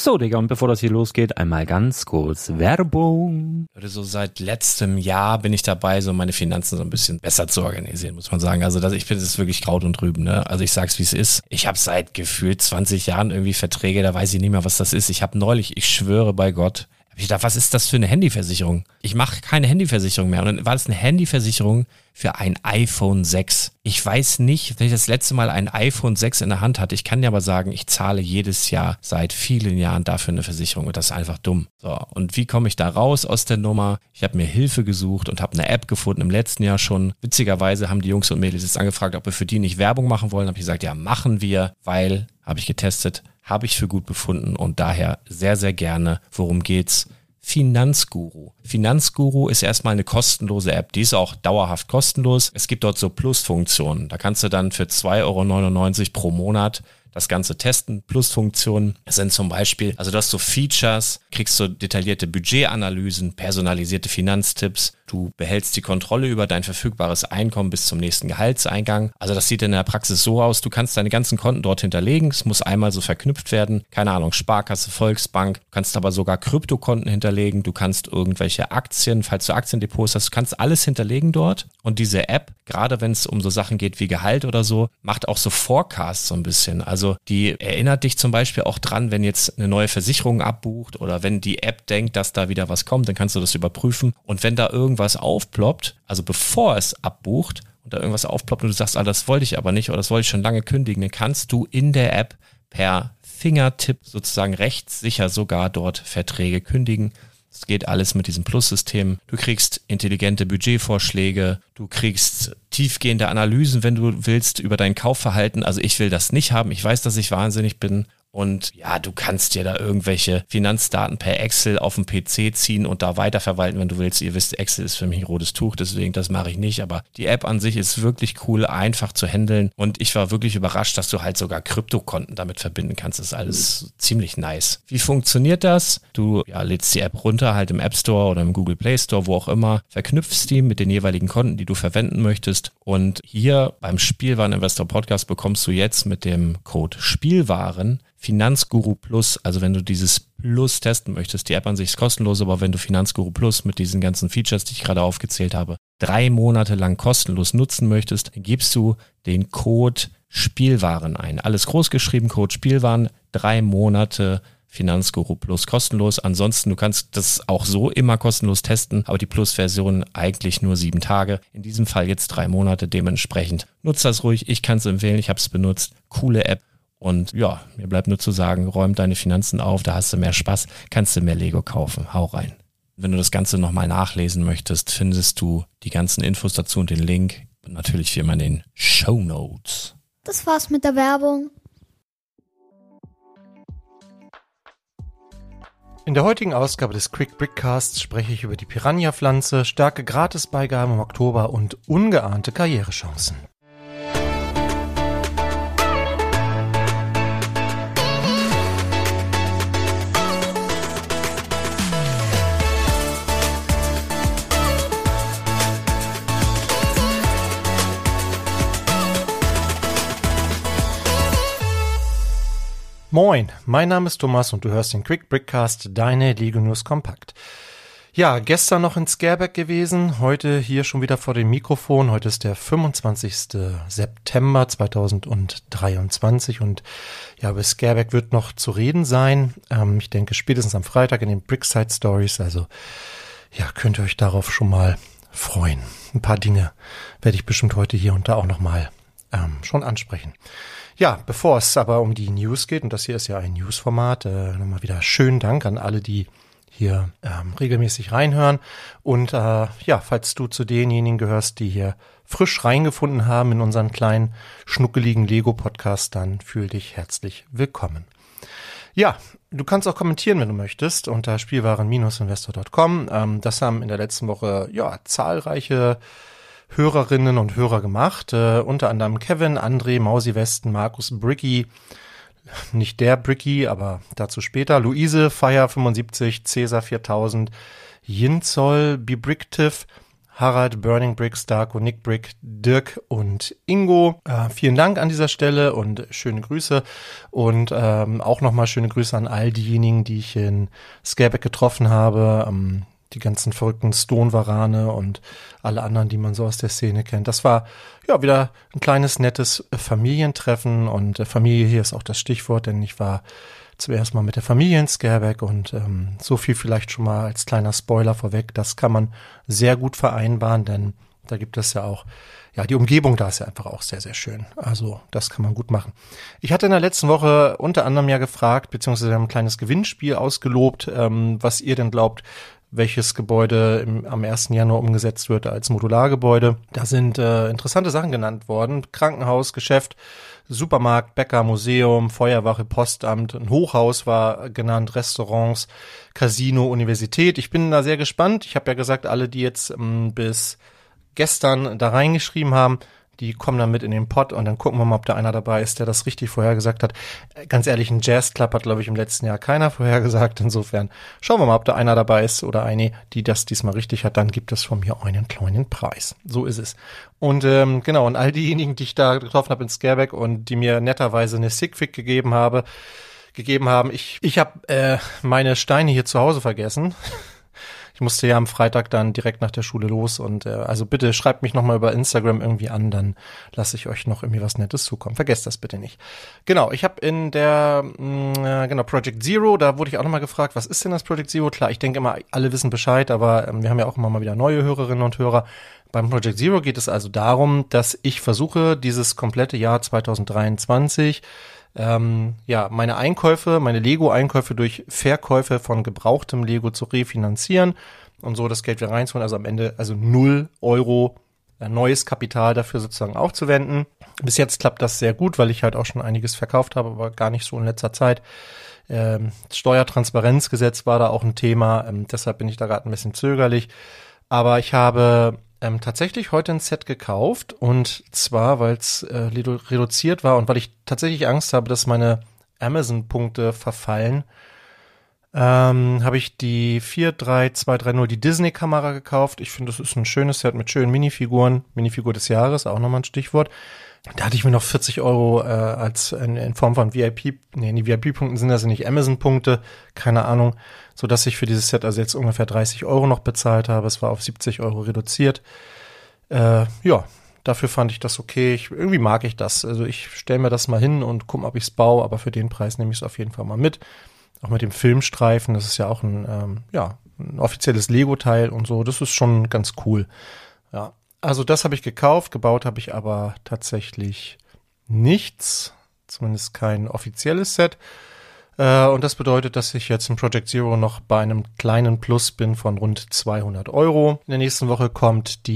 So, Digga, und bevor das hier losgeht, einmal ganz kurz Werbung. So seit letztem Jahr bin ich dabei, so meine Finanzen so ein bisschen besser zu organisieren, muss man sagen. Also ich finde, das ist wirklich Kraut und Rüben, ne? Also ich sag's, wie es ist. Ich habe seit gefühlt 20 Jahren irgendwie Verträge, da weiß ich nicht mehr, was das ist. Ich habe neulich, ich schwöre bei Gott, ich dachte, was ist das für eine Handyversicherung? Ich mache keine Handyversicherung mehr. Und dann war das eine Handyversicherung für ein iPhone 6. Ich weiß nicht, wenn ich das letzte Mal ein iPhone 6 in der Hand hatte. Ich kann dir aber sagen, ich zahle jedes Jahr seit vielen Jahren dafür eine Versicherung. Und das ist einfach dumm. So, und wie komme ich da raus aus der Nummer? Ich habe mir Hilfe gesucht und habe eine App gefunden im letzten Jahr schon. Witzigerweise haben die Jungs und Mädels jetzt angefragt, ob wir für die nicht Werbung machen wollen. Habe ich gesagt, ja, machen wir, weil, habe ich getestet, habe ich für gut befunden und daher sehr, sehr gerne. Worum geht's? Finanzguru. Finanzguru ist erstmal eine kostenlose App. Die ist auch dauerhaft kostenlos. Es gibt dort so Plusfunktionen. Da kannst du dann für 2,99 € pro Monat das Ganze testen. Plusfunktionen sind zum Beispiel, also du hast so Features, kriegst so detaillierte Budgetanalysen, personalisierte Finanztipps, du behältst die Kontrolle über dein verfügbares Einkommen bis zum nächsten Gehaltseingang. Also das sieht in der Praxis so aus, du kannst deine ganzen Konten dort hinterlegen, es muss einmal so verknüpft werden, keine Ahnung, Sparkasse, Volksbank, du kannst aber sogar Kryptokonten hinterlegen, du kannst irgendwelche Aktien, falls du Aktiendepots hast, du kannst alles hinterlegen dort und diese App, gerade wenn es um so Sachen geht wie Gehalt oder so, macht auch so Forecasts so ein bisschen, also die erinnert dich zum Beispiel auch dran, wenn jetzt eine neue Versicherung abbucht oder wenn die App denkt, dass da wieder was kommt, dann kannst du das überprüfen und wenn da irgendwas aufploppt, also bevor es abbucht und da irgendwas aufploppt und du sagst, das wollte ich aber nicht oder das wollte ich schon lange kündigen, dann kannst du in der App per Fingertipp sozusagen rechtssicher sogar dort Verträge kündigen. Das geht alles mit diesem Plus-System. Du kriegst intelligente Budgetvorschläge, du kriegst tiefgehende Analysen, wenn du willst, über dein Kaufverhalten. Also ich will das nicht haben. Ich weiß, dass ich wahnsinnig bin. Und ja, du kannst dir da irgendwelche Finanzdaten per Excel auf dem PC ziehen und da weiterverwalten, wenn du willst. Ihr wisst, Excel ist für mich ein rotes Tuch, deswegen das mache ich nicht. Aber die App an sich ist wirklich cool, einfach zu handeln. Und ich war wirklich überrascht, dass du halt sogar Kryptokonten damit verbinden kannst. Das ist alles ziemlich nice. Wie funktioniert das? Du lädst die App runter, halt im App Store oder im Google Play Store, wo auch immer, verknüpfst die mit den jeweiligen Konten, die du verwenden möchtest. Und hier beim Spielwareninvestor Podcast bekommst du jetzt mit dem Code Spielwaren Finanzguru Plus, also wenn du dieses Plus testen möchtest, die App an sich ist kostenlos, aber wenn du Finanzguru Plus mit diesen ganzen Features, die ich gerade aufgezählt habe, 3 Monate lang kostenlos nutzen möchtest, dann gibst du den Code Spielwaren ein. Alles groß geschrieben, Code Spielwaren, 3 Monate Finanzguru Plus kostenlos. Ansonsten, du kannst das auch so immer kostenlos testen, aber die Plus-Version eigentlich nur 7 Tage. In diesem Fall jetzt 3 Monate, dementsprechend nutzt das ruhig. Ich kann es empfehlen, ich habe es benutzt. Coole App. Und ja, mir bleibt nur zu sagen, räum deine Finanzen auf, da hast du mehr Spaß, kannst du mehr Lego kaufen. Hau rein. Wenn du das Ganze nochmal nachlesen möchtest, findest du die ganzen Infos dazu und den Link. Und natürlich wie immer in den Shownotes. Das war's mit der Werbung. In der heutigen Ausgabe des Quick Brickcasts spreche ich über die Piranha-Pflanze, starke Gratisbeigaben im Oktober und ungeahnte Karrierechancen. Moin, mein Name ist Thomas und du hörst den Quick Brickcast, deine Lego News kompakt. Ja, gestern noch in Scareback gewesen, heute hier schon wieder vor dem Mikrofon. Heute ist der 25. September 2023 und ja, über Scareback wird noch zu reden sein. Ich denke spätestens am Freitag in den Brickside Stories, also ja, könnt ihr euch darauf schon mal freuen. Ein paar Dinge werde ich bestimmt heute hier und da auch nochmal schon ansprechen. Ja, bevor es aber um die News geht, und das hier ist ja ein News-Format, nochmal wieder schönen Dank an alle, die hier regelmäßig reinhören. Und falls du zu denjenigen gehörst, die hier frisch reingefunden haben in unseren kleinen, schnuckeligen Lego-Podcast, dann fühl dich herzlich willkommen. Ja, du kannst auch kommentieren, wenn du möchtest, unter spielwaren-investor.com. Das haben in der letzten Woche zahlreiche Hörerinnen und Hörer gemacht, unter anderem Kevin, André, Mausi Westen, Markus, Bricky, nicht der Bricky, aber dazu später, Luise, Fire 75, Cäsar 4000, Jinzoll, Bibricktiv, Harald, Burning Bricks, Darko, Nick Brick, Dirk und Ingo. Vielen Dank an dieser Stelle und schöne Grüße. Und auch nochmal schöne Grüße an all diejenigen, die ich in Scareback getroffen habe. Die ganzen verrückten Stone-Varane und alle anderen, die man so aus der Szene kennt. Das war ja wieder ein kleines, nettes Familientreffen und Familie hier ist auch das Stichwort, denn ich war zuerst mal mit der Familie in Scareback und so viel vielleicht schon mal als kleiner Spoiler vorweg, das kann man sehr gut vereinbaren, denn da gibt es ja auch, ja, die Umgebung da ist ja einfach auch sehr, sehr schön. Also das kann man gut machen. Ich hatte in der letzten Woche unter anderem ja gefragt, beziehungsweise ein kleines Gewinnspiel ausgelobt, was ihr denn glaubt, welches Gebäude am 1. Januar umgesetzt wird als Modulargebäude. Da sind interessante Sachen genannt worden. Krankenhaus, Geschäft, Supermarkt, Bäcker, Museum, Feuerwache, Postamt, ein Hochhaus war genannt, Restaurants, Casino, Universität. Ich bin da sehr gespannt. Ich habe ja gesagt, alle, die jetzt bis gestern da reingeschrieben haben, die kommen dann mit in den Pod und dann gucken wir mal, ob da einer dabei ist, der das richtig vorhergesagt hat. Ganz ehrlich, ein Jazzclub hat, glaube ich, im letzten Jahr keiner vorhergesagt. Insofern schauen wir mal, ob da einer dabei ist oder eine, die das diesmal richtig hat. Dann gibt es von mir einen kleinen Preis. So ist es. Und genau, und all diejenigen, die ich da getroffen habe in Scareback und die mir netterweise eine Sigfic gegeben haben, ich habe meine Steine hier zu Hause vergessen. Ich musste ja am Freitag dann direkt nach der Schule los und also bitte schreibt mich nochmal über Instagram irgendwie an, dann lasse ich euch noch irgendwie was Nettes zukommen. Vergesst das bitte nicht. Genau, ich habe in der Project Zero, da wurde ich auch nochmal gefragt, was ist denn das Project Zero? Klar, ich denke immer, alle wissen Bescheid, aber wir haben ja auch immer mal wieder neue Hörerinnen und Hörer. Beim Project Zero geht es also darum, dass ich versuche, dieses komplette Jahr 2023 meine Einkäufe, meine Lego-Einkäufe durch Verkäufe von gebrauchtem Lego zu refinanzieren und so das Geld wieder reinzuholen, also am Ende also 0 Euro neues Kapital dafür sozusagen aufzuwenden. Bis jetzt klappt das sehr gut, weil ich halt auch schon einiges verkauft habe, aber gar nicht so in letzter Zeit. Das Steuertransparenzgesetz war da auch ein Thema, deshalb bin ich da gerade ein bisschen zögerlich. Aber ich habe tatsächlich heute ein Set gekauft und zwar, weil es reduziert war und weil ich tatsächlich Angst habe, dass meine Amazon-Punkte verfallen, habe ich die 43230, die Disney-Kamera gekauft. Ich finde, das ist ein schönes Set mit schönen Minifiguren. Minifigur des Jahres, auch nochmal ein Stichwort. Da hatte ich mir noch 40 Euro als in Form von die VIP-Punkten sind das nicht Amazon-Punkte, keine Ahnung, so dass ich für dieses Set also jetzt ungefähr 30 Euro noch bezahlt habe. Es war auf 70 Euro reduziert. Dafür fand ich das okay. Irgendwie mag ich das. Also ich stelle mir das mal hin und gucke, ob ich es baue, aber für den Preis nehme ich es auf jeden Fall mal mit. Auch mit dem Filmstreifen, das ist ja auch ein offizielles Lego-Teil und so. Das ist schon ganz cool. Ja. Also das habe ich gekauft, gebaut habe ich aber tatsächlich nichts, zumindest kein offizielles Set. Und das bedeutet, dass ich jetzt in Project Zero noch bei einem kleinen Plus bin von rund 200 Euro. In der nächsten Woche kommt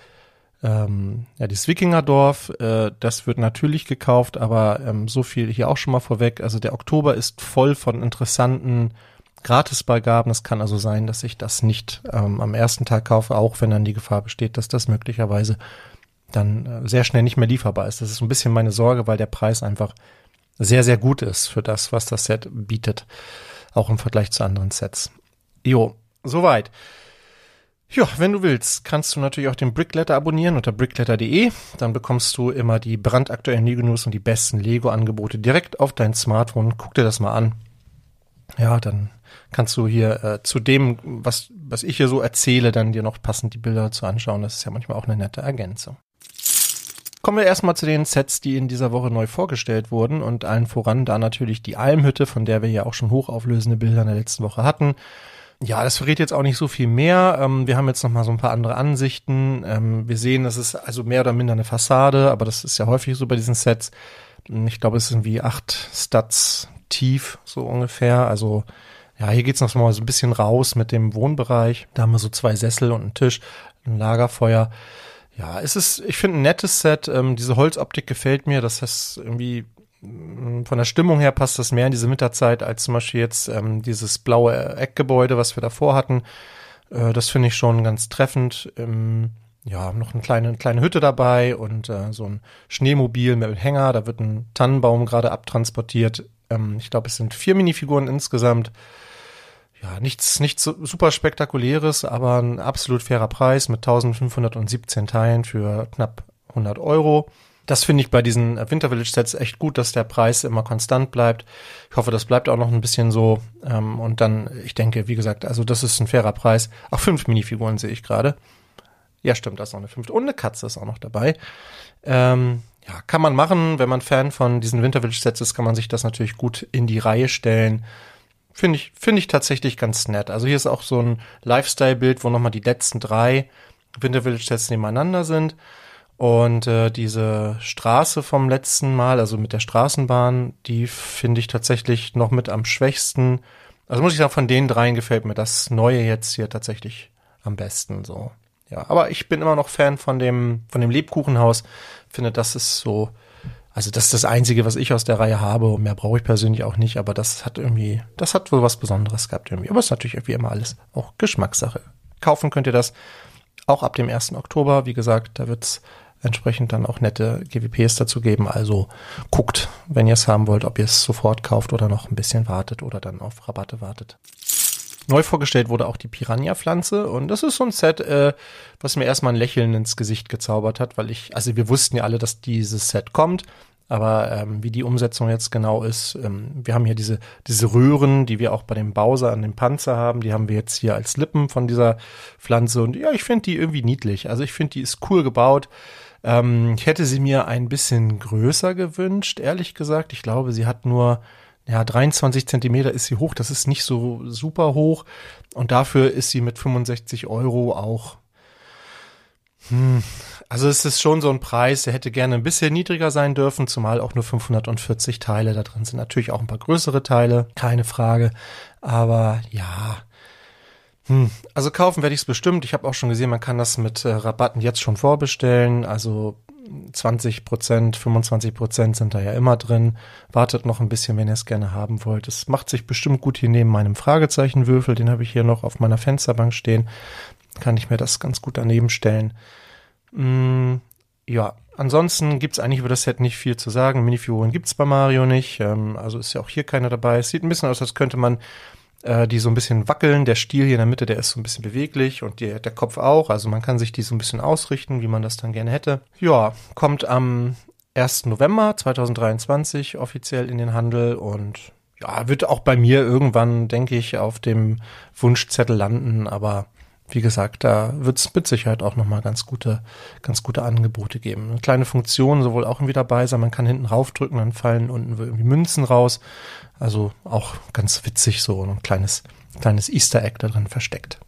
das Wikingerdorf. Das wird natürlich gekauft, aber so viel hier auch schon mal vorweg. Also der Oktober ist voll von interessanten Gratisbeigaben. Es kann also sein, dass ich das nicht am ersten Tag kaufe, auch wenn dann die Gefahr besteht, dass das möglicherweise dann sehr schnell nicht mehr lieferbar ist. Das ist so ein bisschen meine Sorge, weil der Preis einfach sehr, sehr gut ist für das, was das Set bietet, auch im Vergleich zu anderen Sets. Jo, soweit. Ja, wenn du willst, kannst du natürlich auch den Brickletter abonnieren unter brickletter.de. Dann bekommst du immer die brandaktuellen Lego-News und die besten Lego-Angebote direkt auf dein Smartphone. Guck dir das mal an. Ja, dann kannst du hier zu dem, was ich hier so erzähle, dann dir noch passend die Bilder dazu anschauen. Das ist ja manchmal auch eine nette Ergänzung. Kommen wir erstmal zu den Sets, die in dieser Woche neu vorgestellt wurden und allen voran da natürlich die Almhütte, von der wir ja auch schon hochauflösende Bilder in der letzten Woche hatten. Ja, das verrät jetzt auch nicht so viel mehr. Wir haben jetzt noch mal so ein paar andere Ansichten. Wir sehen, das ist also mehr oder minder eine Fassade, aber das ist ja häufig so bei diesen Sets. Ich glaube, es sind wie 8 Studs tief, so ungefähr. Also ja, hier geht's noch mal so ein bisschen raus mit dem Wohnbereich. Da haben wir so 2 Sessel und einen Tisch, ein Lagerfeuer. Ja, ich finde ein nettes Set. Diese Holzoptik gefällt mir. Das heißt irgendwie von der Stimmung her passt das mehr in diese Winterzeit als zum Beispiel jetzt dieses blaue Eckgebäude, was wir davor hatten. Das finde ich schon ganz treffend. Noch eine kleine Hütte dabei und so ein Schneemobil mit einem Hänger. Da wird ein Tannenbaum gerade abtransportiert. Ich glaube, es sind 4 Minifiguren insgesamt. ja, nichts super spektakuläres, aber ein absolut fairer Preis mit 1517 Teilen für knapp 100 Euro. Das finde ich bei diesen Winter Village Sets echt gut, dass der Preis immer konstant bleibt. Ich hoffe, das bleibt auch noch ein bisschen so. Und dann, ich denke, wie gesagt, also das ist ein fairer Preis. Auch 5 Minifiguren sehe ich gerade. Ja, stimmt, da ist noch eine 5. Und eine Katze ist auch noch dabei. Ja, kann man machen. Wenn man Fan von diesen Winter Village Sets ist, kann man sich das natürlich gut in die Reihe stellen. Finde ich tatsächlich ganz nett. Also hier ist auch so ein Lifestyle-Bild, wo nochmal die letzten 3 Winter Village Sets nebeneinander sind. Und diese Straße vom letzten Mal, also mit der Straßenbahn, die finde ich tatsächlich noch mit am schwächsten. Also muss ich sagen, von den 3 gefällt mir das Neue jetzt hier tatsächlich am besten so. Ja, aber ich bin immer noch Fan von dem Lebkuchenhaus. Finde, das ist so, also das ist das Einzige, was ich aus der Reihe habe. Und mehr brauche ich persönlich auch nicht, aber das hat wohl was Besonderes gehabt irgendwie. Aber es ist natürlich wie immer alles auch Geschmackssache. Kaufen könnt ihr das auch ab dem 1. Oktober. Wie gesagt, da wird's entsprechend dann auch nette GWPs dazu geben. Also guckt, wenn ihr es haben wollt, ob ihr es sofort kauft oder noch ein bisschen wartet oder dann auf Rabatte wartet. Neu vorgestellt wurde auch die Piranha-Pflanze und das ist so ein Set, was mir erstmal ein Lächeln ins Gesicht gezaubert hat, weil wir wussten ja alle, dass dieses Set kommt, aber wie die Umsetzung jetzt genau ist, wir haben hier diese Röhren, die wir auch bei dem Bowser an dem Panzer haben, die haben wir jetzt hier als Lippen von dieser Pflanze und ja, ich finde die irgendwie niedlich, also ich finde, die ist cool gebaut. Ich hätte sie mir ein bisschen größer gewünscht, ehrlich gesagt. Ich glaube, sie hat nur 23 Zentimeter ist sie hoch. Das ist nicht so super hoch. Und dafür ist sie mit 65 Euro auch. Also es ist schon so ein Preis, der hätte gerne ein bisschen niedriger sein dürfen, zumal auch nur 540 Teile da drin sind. Natürlich auch ein paar größere Teile, keine Frage. Aber ja. Also kaufen werde ich es bestimmt. Ich habe auch schon gesehen, man kann das mit Rabatten jetzt schon vorbestellen. Also 20%, 25% sind da ja immer drin. Wartet noch ein bisschen, wenn ihr es gerne haben wollt. Es macht sich bestimmt gut hier neben meinem Fragezeichenwürfel. Den habe ich hier noch auf meiner Fensterbank stehen. Kann ich mir das ganz gut daneben stellen. Ja, ansonsten gibt's eigentlich über das Set nicht viel zu sagen. Minifiguren gibt's bei Mario nicht. Also ist ja auch hier keiner dabei. Es sieht ein bisschen aus, als könnte man die so ein bisschen wackeln. Der Stiel hier in der Mitte, der ist so ein bisschen beweglich und der Kopf auch. Also man kann sich die so ein bisschen ausrichten, wie man das dann gerne hätte. Ja, kommt am 1. November 2023 offiziell in den Handel und ja, wird auch bei mir irgendwann, denke ich, auf dem Wunschzettel landen. Aber wie gesagt, da wird es mit Sicherheit auch nochmal ganz gute Angebote geben. Eine kleine Funktion sowohl auch irgendwie dabei sein. Man kann hinten raufdrücken, dann fallen unten irgendwie Münzen raus. Also auch ganz witzig, so ein kleines Easter Egg da drin versteckt.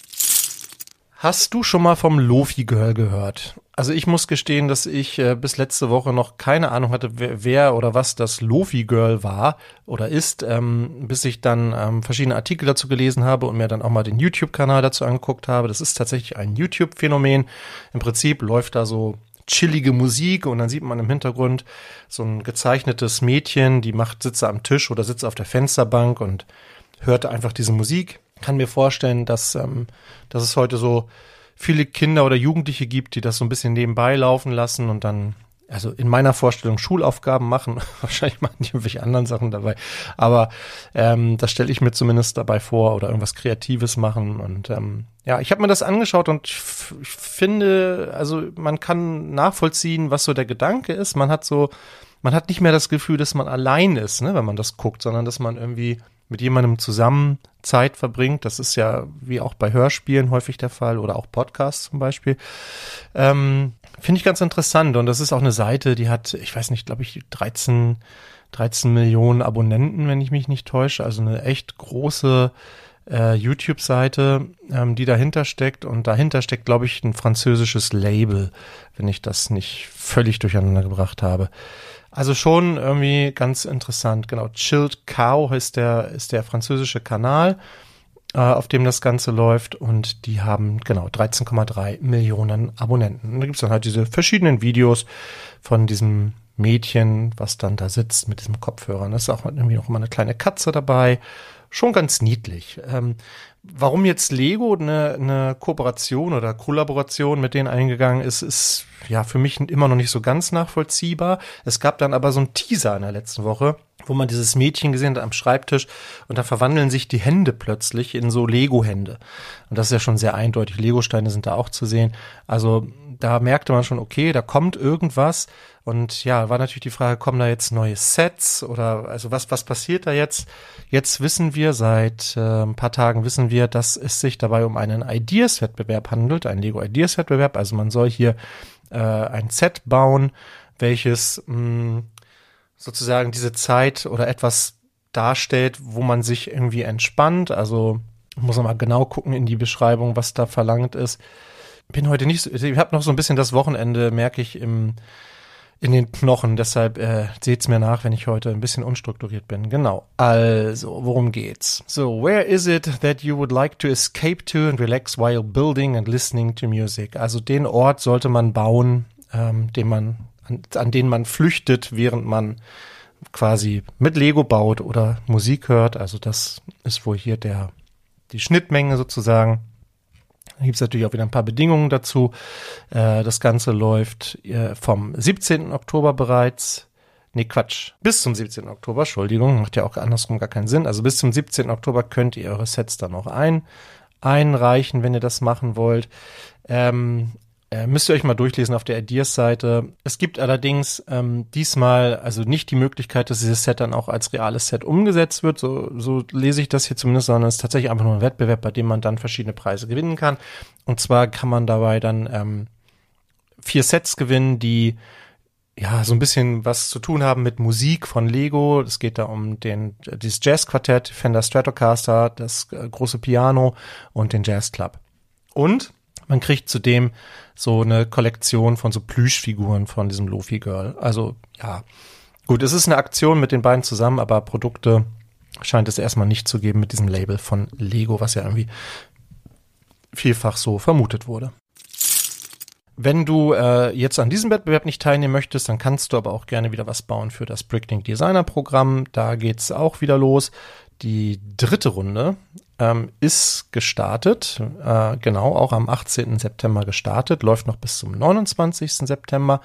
Hast du schon mal vom Lofi Girl gehört? Also ich muss gestehen, dass ich bis letzte Woche noch keine Ahnung hatte, wer oder was das Lofi Girl war oder ist, bis ich dann verschiedene Artikel dazu gelesen habe und mir dann auch mal den YouTube-Kanal dazu angeguckt habe. Das ist tatsächlich ein YouTube-Phänomen. Im Prinzip läuft da so chillige Musik und dann sieht man im Hintergrund so ein gezeichnetes Mädchen, die sitzt am Tisch oder sitzt auf der Fensterbank und hört einfach diese Musik. Kann mir vorstellen, dass es heute so viele Kinder oder Jugendliche gibt, die das so ein bisschen nebenbei laufen lassen und dann, also in meiner Vorstellung, Schulaufgaben machen. Wahrscheinlich machen die irgendwelche anderen Sachen dabei. Aber das stelle ich mir zumindest dabei vor oder irgendwas Kreatives machen. Und ja, ich habe mir das angeschaut und ich finde, also man kann nachvollziehen, was so der Gedanke ist. Man hat nicht mehr das Gefühl, dass man allein ist, ne, wenn man das guckt, sondern dass man irgendwie mit jemandem zusammen Zeit verbringt. Das ist ja wie auch bei Hörspielen häufig der Fall oder auch Podcasts zum Beispiel. Finde ich ganz interessant und das ist auch eine Seite, die hat, ich weiß nicht, glaube ich 13 Millionen Abonnenten, wenn ich mich nicht täusche. Also eine echt große YouTube-Seite, die dahinter steckt und dahinter steckt, glaube ich, ein französisches Label, wenn ich das nicht völlig durcheinander gebracht habe. Also schon irgendwie ganz interessant. Genau, Chilled Cow ist der französische Kanal, auf dem das Ganze läuft und die haben genau 13,3 Millionen Abonnenten. Und da gibt's dann halt diese verschiedenen Videos von diesem Mädchen, was dann da sitzt mit diesem Kopfhörer. Da ist auch irgendwie noch mal eine kleine Katze dabei. Schon ganz niedlich. warum jetzt Lego eine Kooperation oder Kollaboration mit denen eingegangen ist, ist ja für mich immer noch nicht so ganz nachvollziehbar. Es gab dann aber so einen Teaser in der letzten Woche, wo man dieses Mädchen gesehen hat am Schreibtisch und da verwandeln sich die Hände plötzlich in so Lego-Hände. Und das ist ja schon sehr eindeutig. Lego-Steine sind da auch zu sehen. Also da merkte man schon, okay, da kommt irgendwas. Und ja, war natürlich die Frage, kommen da jetzt neue Sets oder also was passiert da jetzt? Jetzt wissen wir, seit ein paar Tagen wissen wir, dass es sich dabei um einen Ideas-Wettbewerb handelt, einen Lego Ideas-Wettbewerb. Also man soll hier ein Set bauen, welches sozusagen diese Zeit oder etwas darstellt, wo man sich irgendwie entspannt. Also muss man mal genau gucken in die Beschreibung, was da verlangt ist. Bin heute nicht so, ich habe noch so ein bisschen das Wochenende, merke ich, in den Knochen. Deshalb seht's mir nach, wenn ich heute ein bisschen unstrukturiert bin. Genau. Also, worum geht's? So, where is it that you would like to escape to and relax while building and listening to music? Also den Ort sollte man bauen, an den man flüchtet, während man quasi mit Lego baut oder Musik hört. Also das ist wohl hier die Schnittmenge sozusagen. Da gibt es natürlich auch wieder ein paar Bedingungen dazu. Das Ganze läuft vom 17. Oktober bereits. Nee, Quatsch. Bis zum 17. Oktober, Entschuldigung, macht ja auch andersrum gar keinen Sinn. Also bis zum 17. Oktober könnt ihr eure Sets dann auch einreichen, wenn ihr das machen wollt. Müsst ihr euch mal durchlesen auf der Ideas-Seite. Es gibt allerdings diesmal also nicht die Möglichkeit, dass dieses Set dann auch als reales Set umgesetzt wird. So lese ich das hier zumindest, sondern es ist tatsächlich einfach nur ein Wettbewerb, bei dem man dann verschiedene Preise gewinnen kann. Und zwar kann man dabei dann 4 Sets gewinnen, die ja so ein bisschen was zu tun haben mit Musik von Lego. Es geht da um dieses Jazz-Quartett, Fender Stratocaster, das große Piano und den Jazz Club. Und man kriegt zudem so eine Kollektion von so Plüschfiguren von diesem Lofi Girl. Also ja, gut, es ist eine Aktion mit den beiden zusammen, aber Produkte scheint es erstmal nicht zu geben mit diesem Label von Lego, was ja irgendwie vielfach so vermutet wurde. Wenn du jetzt an diesem Wettbewerb nicht teilnehmen möchtest, dann kannst du aber auch gerne wieder was bauen für das Bricklink Designer Programm. Da geht's auch wieder los. Die 3. Runde ist gestartet, genau, auch am 18. September gestartet, läuft noch bis zum 29. September.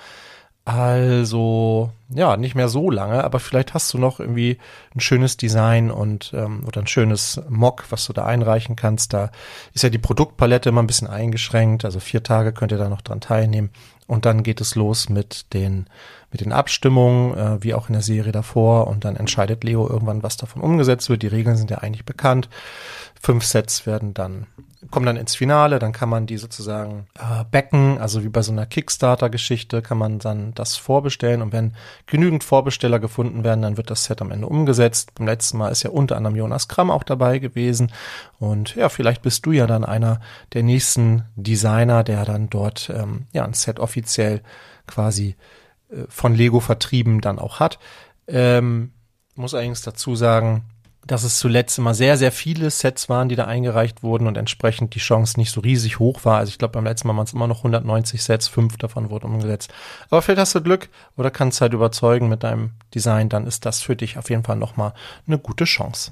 Also, ja, nicht mehr so lange, aber vielleicht hast du noch irgendwie ein schönes Design und oder ein schönes Mock, was du da einreichen kannst. Da ist ja die Produktpalette immer ein bisschen eingeschränkt, also 4 Tage könnt ihr da noch dran teilnehmen. Und dann geht es los mit den Abstimmungen, wie auch in der Serie davor. Und dann entscheidet Lego irgendwann, was davon umgesetzt wird. Die Regeln sind ja eigentlich bekannt. 5 Sets kommen dann ins Finale. Dann kann man die sozusagen backen. Also wie bei so einer Kickstarter-Geschichte kann man dann das vorbestellen. Und wenn genügend Vorbesteller gefunden werden, dann wird das Set am Ende umgesetzt. Beim letzten Mal ist ja unter anderem Jonas Kramm auch dabei gewesen. Und ja, vielleicht bist du ja dann einer der nächsten Designer, der dann dort ein Set offiziell quasi von Lego vertrieben dann auch hat. Muss allerdings dazu sagen, dass es zuletzt immer sehr, sehr viele Sets waren, die da eingereicht wurden und entsprechend die Chance nicht so riesig hoch war. Also ich glaube, beim letzten Mal waren es immer noch 190 Sets, 5 davon wurden umgesetzt. Aber vielleicht hast du Glück oder kannst halt überzeugen mit deinem Design, dann ist das für dich auf jeden Fall nochmal eine gute Chance.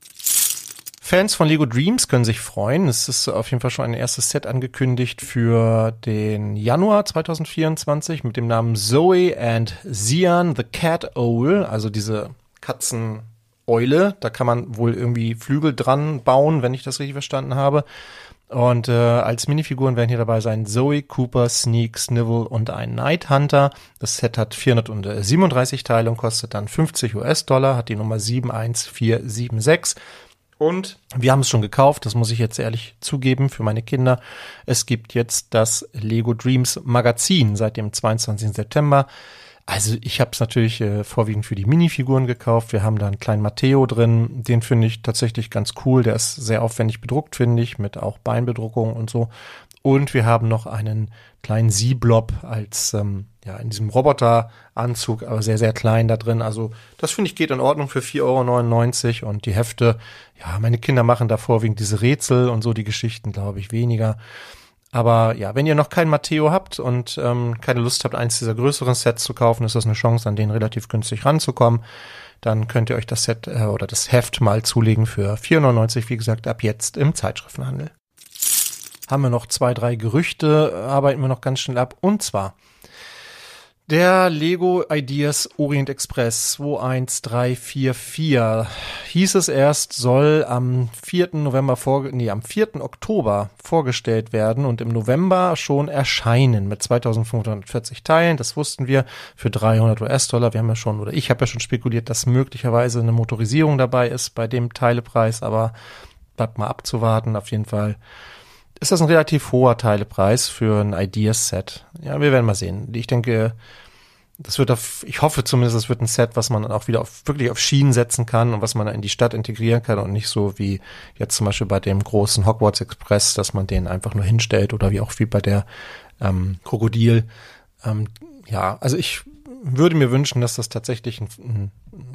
Fans von Lego Dreams können sich freuen. Es ist auf jeden Fall schon ein erstes Set angekündigt für den Januar 2024 mit dem Namen Zoe and Xian the Cat Owl, also diese Katzeneule. Da kann man wohl irgendwie Flügel dran bauen, wenn ich das richtig verstanden habe. Und als Minifiguren werden hier dabei sein Zoe, Cooper, Sneak, Snivel und ein Night Hunter. Das Set hat 437 Teile und kostet dann $50, hat die Nummer 71476. Und wir haben es schon gekauft, das muss ich jetzt ehrlich zugeben, für meine Kinder. Es gibt jetzt das Lego Dreams Magazin seit dem 22. September. Also ich habe es natürlich vorwiegend für die Minifiguren gekauft. Wir haben da einen kleinen Matteo drin, den finde ich tatsächlich ganz cool. Der ist sehr aufwendig bedruckt, finde ich, mit auch Beinbedruckung und so. Und wir haben noch einen kleinen Sie-Blob als in diesem Roboteranzug, aber sehr, sehr klein da drin. Also das finde ich geht in Ordnung für 4,99 € und die Hefte, ja, meine Kinder machen da vorwiegend diese Rätsel und so, die Geschichten glaube ich weniger. Aber ja, wenn ihr noch kein Matteo habt und keine Lust habt, eins dieser größeren Sets zu kaufen, ist das eine Chance, an denen relativ günstig ranzukommen. dann könnt ihr euch das Set oder das Heft mal zulegen für 4,99, wie gesagt, ab jetzt im Zeitschriftenhandel. Haben wir noch 2, 3 Gerüchte, arbeiten wir noch ganz schnell ab. Und zwar der Lego Ideas Orient Express 21344 hieß es erst, soll am 4. Oktober vorgestellt werden und im November schon erscheinen mit 2540 Teilen. Das wussten wir, für $300. Wir haben ja schon, oder ich habe ja schon spekuliert, dass möglicherweise eine Motorisierung dabei ist bei dem Teilepreis, aber bleibt mal abzuwarten. Auf jeden Fall ist das ein relativ hoher Teilepreis für ein Ideas-Set. Ja, wir werden mal sehen. Ich denke, ich hoffe zumindest, es wird ein Set, was man dann auch wieder wirklich auf Schienen setzen kann und was man dann in die Stadt integrieren kann und nicht so wie jetzt zum Beispiel bei dem großen Hogwarts Express, dass man den einfach nur hinstellt oder wie bei der Krokodil. Also ich würde mir wünschen, dass das tatsächlich ein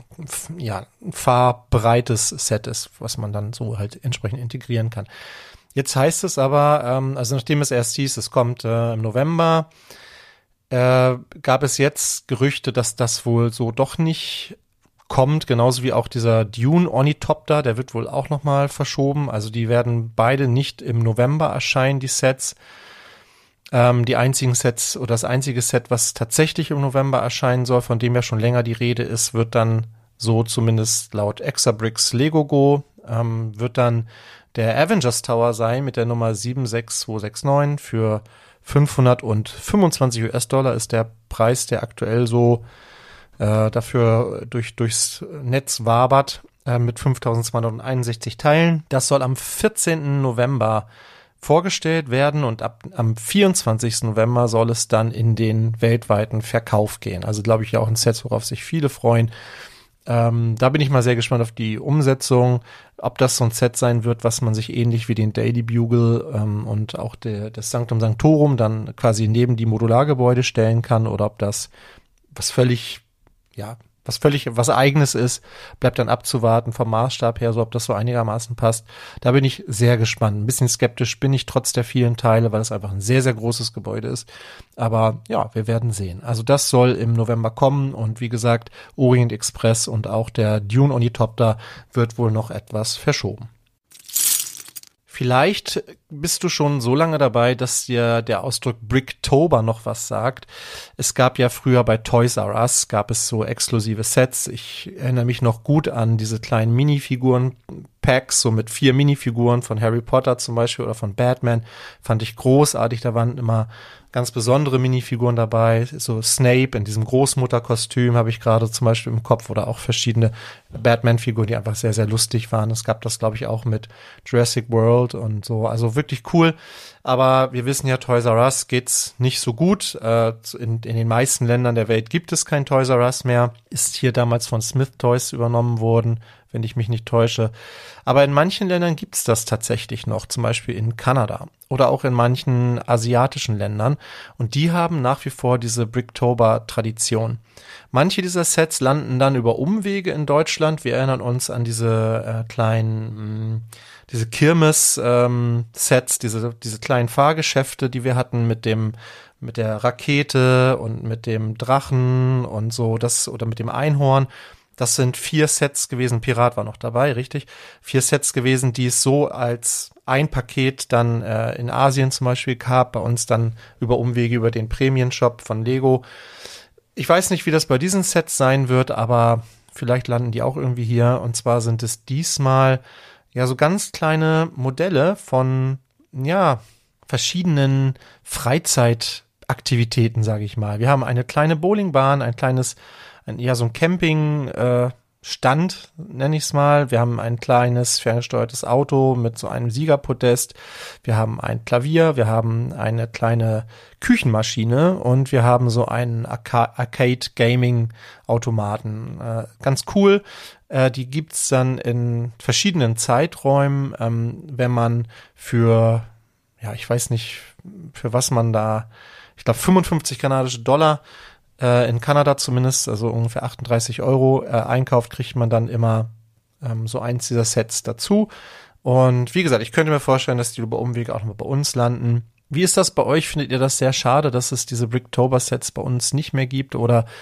fahrbreites Set ist, was man dann so halt entsprechend integrieren kann. Jetzt heißt es aber, also nachdem es erst hieß, es kommt im November, gab es jetzt Gerüchte, dass das wohl so doch nicht kommt, genauso wie auch dieser Dune Ornithopter, der wird wohl auch nochmal verschoben. Also die werden beide nicht im November erscheinen, die Sets. Die einzigen Sets oder das einzige Set, was tatsächlich im November erscheinen soll, von dem ja schon länger die Rede ist, wird dann so zumindest laut Exabricks Legogo, wird dann der Avengers Tower sein mit der Nummer 76269 für $525 ist der Preis, der aktuell so dafür durchs Netz wabert mit 5261 Teilen. Das soll am 14. November vorgestellt werden und am 24. November soll es dann in den weltweiten Verkauf gehen. Also glaube ich ja auch ein Set, worauf sich viele freuen. Da bin ich mal sehr gespannt auf die Umsetzung, ob das so ein Set sein wird, was man sich ähnlich wie den Daily Bugle und auch das Sanctum Sanctorum dann quasi neben die Modulargebäude stellen kann oder ob das was Eigenes ist, bleibt dann abzuwarten vom Maßstab her, so ob das so einigermaßen passt. Da bin ich sehr gespannt. Ein bisschen skeptisch bin ich trotz der vielen Teile, weil es einfach ein sehr, sehr großes Gebäude ist. Aber ja, wir werden sehen. Also das soll im November kommen und wie gesagt, Orient Express und auch der Dune Ornithopter wird wohl noch etwas verschoben. Vielleicht bist du schon so lange dabei, dass dir der Ausdruck Bricktober noch was sagt. Es gab ja früher bei Toys R Us, gab es so exklusive Sets. Ich erinnere mich noch gut an diese kleinen Minifiguren-Packs, so mit 4 Minifiguren von Harry Potter zum Beispiel oder von Batman. Fand ich großartig, da waren immer ganz besondere Minifiguren dabei, so Snape in diesem Großmutterkostüm habe ich gerade zum Beispiel im Kopf oder auch verschiedene Batman-Figuren, die einfach sehr, sehr lustig waren. Es gab das, glaube ich, auch mit Jurassic World und so, also wirklich cool. Aber wir wissen ja, Toys R Us geht's nicht so gut. In den meisten Ländern der Welt gibt es kein Toys R Us mehr. Ist hier damals von Smith Toys übernommen worden, wenn ich mich nicht täusche. Aber in manchen Ländern gibt's das tatsächlich noch, zum Beispiel in Kanada oder auch in manchen asiatischen Ländern. Und die haben nach wie vor diese Bricktober-Tradition. Manche dieser Sets landen dann über Umwege in Deutschland. Wir erinnern uns an diese diese Kirmes-Sets, diese kleinen Fahrgeschäfte, die wir hatten mit der Rakete und mit dem Drachen und so, oder mit dem Einhorn. Das sind 4 Sets gewesen. Pirat war noch dabei, richtig? 4 Sets gewesen, die es so als ein Paket dann in Asien zum Beispiel gab, bei uns dann über Umwege über den Prämienshop von Lego. Ich weiß nicht, wie das bei diesen Sets sein wird, aber vielleicht landen die auch irgendwie hier. Und zwar sind es diesmal ja so ganz kleine Modelle von verschiedenen Freizeitaktivitäten, sage ich mal. Wir haben eine kleine Bowlingbahn, so ein Campingstand, nenne ich es mal. Wir haben ein kleines ferngesteuertes Auto mit so einem Siegerpodest. Wir haben ein Klavier, wir haben eine kleine Küchenmaschine und wir haben so einen Arcade-Gaming-Automaten. Ganz cool. Die gibt's dann in verschiedenen Zeiträumen, wenn man für, ich weiß nicht, für was man da, ich glaube 55 kanadische Dollar in Kanada zumindest, also ungefähr 38 € einkauft, kriegt man dann immer so eins dieser Sets dazu. Und wie gesagt, ich könnte mir vorstellen, dass die über Umwege auch noch bei uns landen. Wie ist das bei euch? Findet ihr das sehr schade, dass es diese Bricktober-Sets bei uns nicht mehr gibt? Oder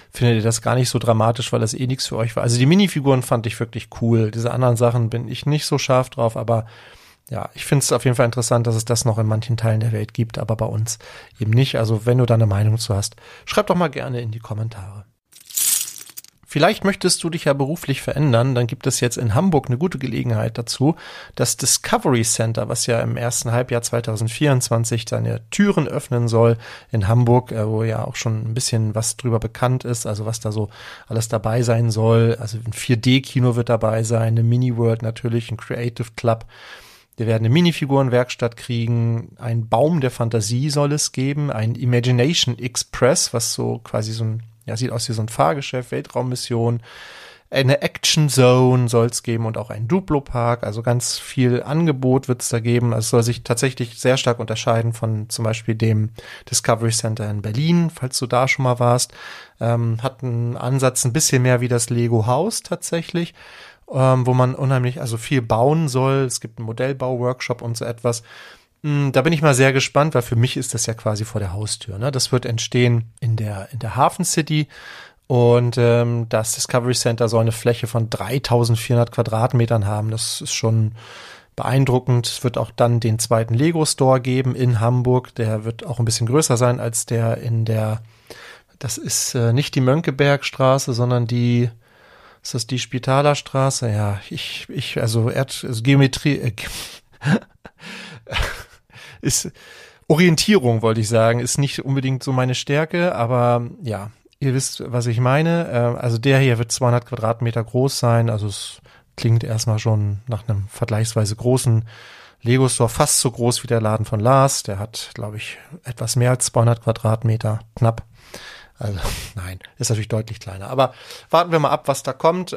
findet ihr das gar nicht so dramatisch, weil das eh nichts für euch war. Also die Minifiguren fand ich wirklich cool. Diese anderen Sachen bin ich nicht so scharf drauf, aber ja, ich finde es auf jeden Fall interessant, dass es das noch in manchen Teilen der Welt gibt, aber bei uns eben nicht. Also wenn du da eine Meinung zu hast, schreib doch mal gerne in die Kommentare. Vielleicht möchtest du dich ja beruflich verändern, dann gibt es jetzt in Hamburg eine gute Gelegenheit dazu. Das Discovery Center, was ja im ersten Halbjahr 2024 seine Türen öffnen soll in Hamburg, wo ja auch schon ein bisschen was drüber bekannt ist, also was da so alles dabei sein soll. Also ein 4D-Kino wird dabei sein, eine Mini-World natürlich, ein Creative Club. Wir werden eine Minifigurenwerkstatt kriegen, ein Baum der Fantasie soll es geben, ein Imagination Express, was so quasi so ein, ja, sieht aus wie so ein Fahrgeschäft, Weltraummission, eine Action Zone soll es geben und auch ein Duplo-Park, also ganz viel Angebot wird es da geben. Also es soll sich tatsächlich sehr stark unterscheiden von zum Beispiel dem Discovery Center in Berlin, falls du da schon mal warst. Hat einen Ansatz ein bisschen mehr wie das Lego Haus tatsächlich, wo man unheimlich, also viel bauen soll. Es gibt einen Modellbau-Workshop und so etwas. Da bin ich mal sehr gespannt, weil für mich ist das ja quasi vor der Haustür. Ne? Das wird entstehen in der Hafen City und das Discovery Center soll eine Fläche von 3.400 Quadratmetern haben. Das ist schon beeindruckend. Es wird auch dann den zweiten Lego Store geben in Hamburg. Der wird auch ein bisschen größer sein als der das ist nicht die Mönckebergstraße, sondern ist das die Spitalerstraße? Ja, also Geometrie, ist Orientierung, wollte ich sagen, ist nicht unbedingt so meine Stärke, aber ja, ihr wisst, was ich meine. Also der hier wird 200 Quadratmeter groß sein, also es klingt erstmal schon nach einem vergleichsweise großen Lego-Store, fast so groß wie der Laden von Lars. Der hat, glaube ich, etwas mehr als 200 Quadratmeter, knapp. Also nein, ist natürlich deutlich kleiner. Aber warten wir mal ab, was da kommt.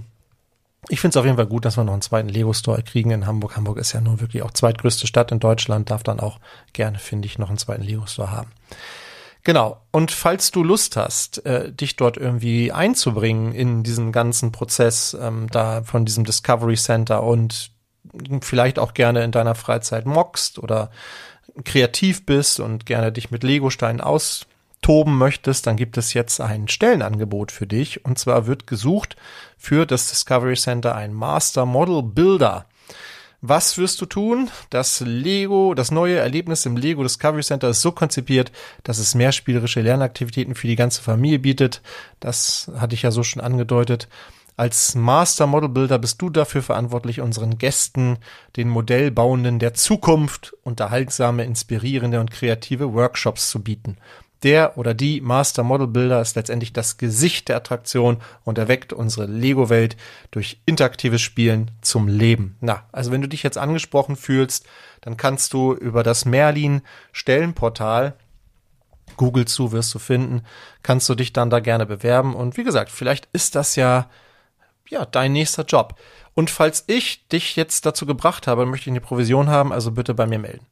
Ich finde es auf jeden Fall gut, dass wir noch einen zweiten Lego-Store kriegen in Hamburg. Hamburg ist ja nun wirklich auch zweitgrößte Stadt in Deutschland, darf dann auch gerne, finde ich, noch einen zweiten Lego-Store haben. Genau, und falls du Lust hast, dich dort irgendwie einzubringen in diesen ganzen Prozess da von diesem Discovery Center und vielleicht auch gerne in deiner Freizeit mockst oder kreativ bist und gerne dich mit Legosteinen austoben möchtest, dann gibt es jetzt ein Stellenangebot für dich. Und zwar wird gesucht für das Discovery Center ein Master Model Builder. Was wirst du tun? Das neue Erlebnis im Lego Discovery Center ist so konzipiert, dass es mehr spielerische Lernaktivitäten für die ganze Familie bietet. Das hatte ich ja so schon angedeutet. Als Master Model Builder bist du dafür verantwortlich, unseren Gästen, den Modellbauenden der Zukunft, unterhaltsame, inspirierende und kreative Workshops zu bieten. Der oder die Master Model Builder ist letztendlich das Gesicht der Attraktion und erweckt unsere Lego-Welt durch interaktives Spielen zum Leben. Na, also wenn du dich jetzt angesprochen fühlst, dann kannst du über das Merlin-Stellenportal, Google zu, wirst du finden, kannst du dich dann da gerne bewerben. Und wie gesagt, vielleicht ist das ja dein nächster Job. Und falls ich dich jetzt dazu gebracht habe, möchte ich eine Provision haben, also bitte bei mir melden.